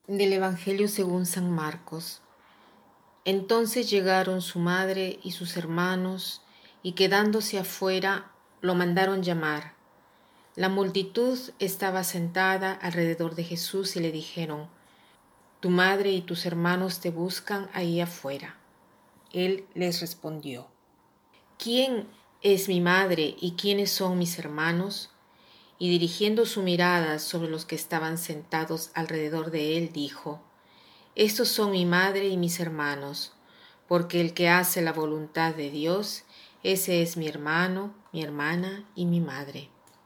Del Evangelio según San Marcos. Entonces llegaron su madre y sus hermanos, y quedándose afuera, lo mandaron llamar. La multitud estaba sentada alrededor de Jesús y le dijeron: Tu madre y tus hermanos te buscan ahí afuera. Él les respondió: ¿Quién es mi madre y quiénes son mis hermanos? Y dirigiendo su mirada sobre los que estaban sentados alrededor de él, dijo: Estos son mi madre y mis hermanos, porque el que hace la voluntad de Dios, ese es mi hermano, mi hermana y mi madre.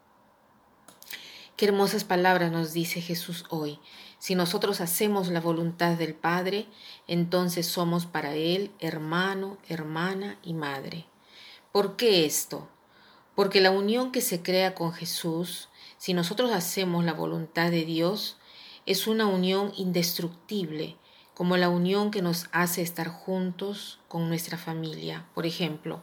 Qué hermosas palabras nos dice Jesús hoy. Si nosotros hacemos la voluntad del Padre, entonces somos para Él hermano, hermana y madre. ¿Por qué esto? Porque la unión que se crea con Jesús, si nosotros hacemos la voluntad de Dios, es una unión indestructible, como la unión que nos hace estar juntos con nuestra familia. Por ejemplo,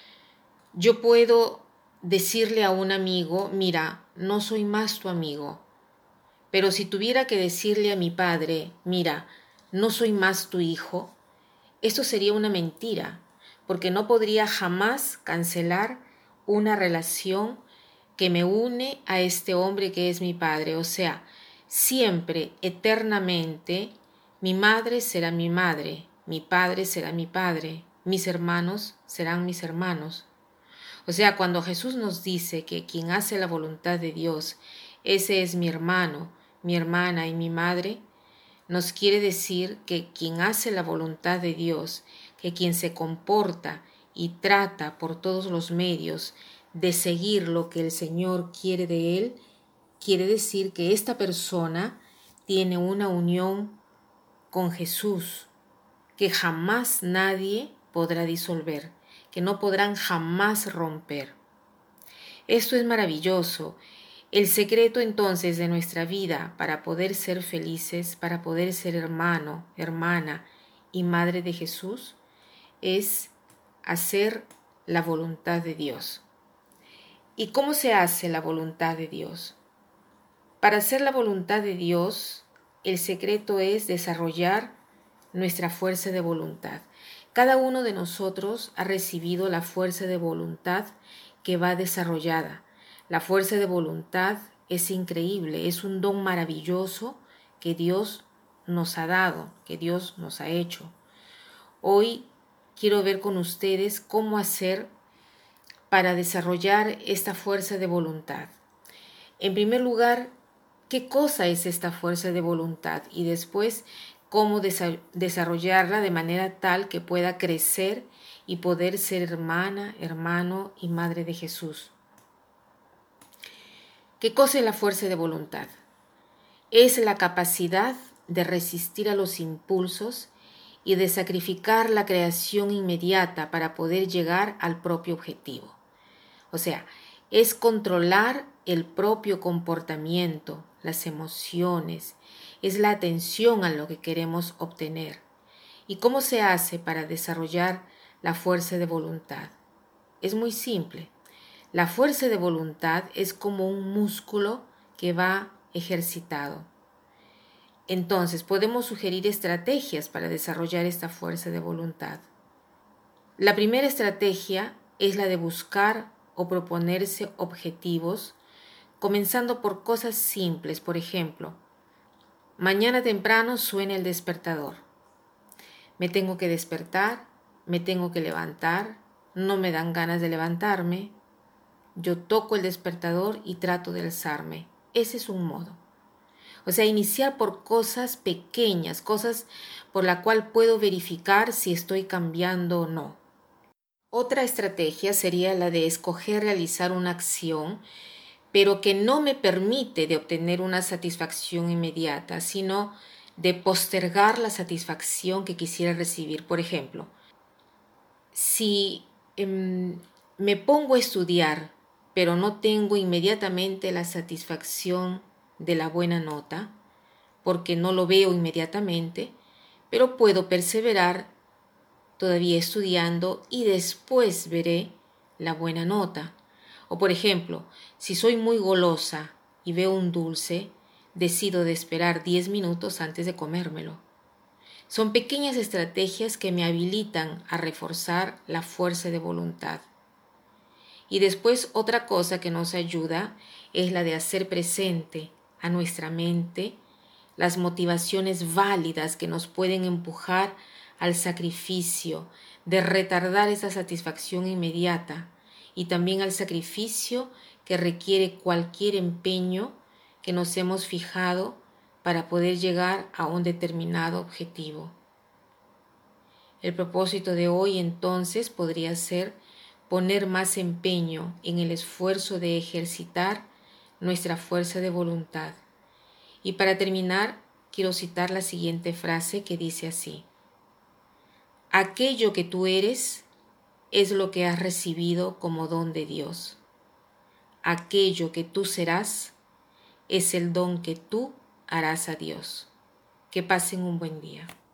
yo puedo decirle a un amigo: mira, no soy más tu amigo. Pero si tuviera que decirle a mi padre: mira, no soy más tu hijo, esto sería una mentira, porque no podría jamás cancelar una relación que me une a este hombre que es mi padre. O sea, siempre, eternamente, mi madre será mi madre, mi padre será mi padre, mis hermanos serán mis hermanos. O sea, cuando Jesús nos dice que quien hace la voluntad de Dios, ese es mi hermano, mi hermana y mi madre, nos quiere decir que quien hace la voluntad de Dios, que quien se comporta y trata por todos los medios de seguir lo que el Señor quiere de él, quiere decir que esta persona tiene una unión con Jesús que jamás nadie podrá disolver, que no podrán jamás romper. Esto es maravilloso. El secreto entonces de nuestra vida para poder ser felices, para poder ser hermano, hermana y madre de Jesús, es hacer la voluntad de Dios. ¿Y cómo se hace la voluntad de Dios? Para hacer la voluntad de Dios, el secreto es desarrollar nuestra fuerza de voluntad. Cada uno de nosotros ha recibido la fuerza de voluntad que va desarrollada. La fuerza de voluntad es increíble, es un don maravilloso que Dios nos ha dado, que Dios nos ha hecho. Hoy quiero ver con ustedes cómo hacer para desarrollar esta fuerza de voluntad. En primer lugar, ¿qué cosa es esta fuerza de voluntad? Y después, cómo desarrollarla de manera tal que pueda crecer y poder ser hermana, hermano y madre de Jesús. ¿Qué cosa es la fuerza de voluntad? Es la capacidad de resistir a los impulsos y de sacrificar la creación inmediata para poder llegar al propio objetivo. O sea, es controlar el propio comportamiento, las emociones, es la atención a lo que queremos obtener. ¿Y cómo se hace para desarrollar la fuerza de voluntad? Es muy simple. La fuerza de voluntad es como un músculo que va ejercitado. Entonces, podemos sugerir estrategias para desarrollar esta fuerza de voluntad. La primera estrategia es la de buscar o proponerse objetivos, comenzando por cosas simples. Por ejemplo, mañana temprano suena el despertador. Me tengo que despertar, me tengo que levantar, no me dan ganas de levantarme. Yo toco el despertador y trato de alzarme. Ese es un modo. O sea, iniciar por cosas pequeñas, cosas por la cual puedo verificar si estoy cambiando o no. Otra estrategia sería la de escoger realizar una acción, pero que no me permite de obtener una satisfacción inmediata, sino de postergar la satisfacción que quisiera recibir. Por ejemplo, si me pongo a estudiar, pero no tengo inmediatamente la satisfacción de la buena nota, porque no lo veo inmediatamente, pero puedo perseverar todavía estudiando y después veré la buena nota. O por ejemplo, si soy muy golosa y veo un dulce, decido de esperar 10 minutos antes de comérmelo. Son pequeñas estrategias que me habilitan a reforzar la fuerza de voluntad. Y después otra cosa que nos ayuda es la de hacer presente a nuestra mente las motivaciones válidas que nos pueden empujar al sacrificio, de retardar esa satisfacción inmediata y también al sacrificio que requiere cualquier empeño que nos hemos fijado para poder llegar a un determinado objetivo. El propósito de hoy entonces podría ser poner más empeño en el esfuerzo de ejercitar nuestra fuerza de voluntad. Y para terminar, quiero citar la siguiente frase que dice así: aquello que tú eres es lo que has recibido como don de Dios. Aquello que tú serás es el don que tú harás a Dios. Que pasen un buen día.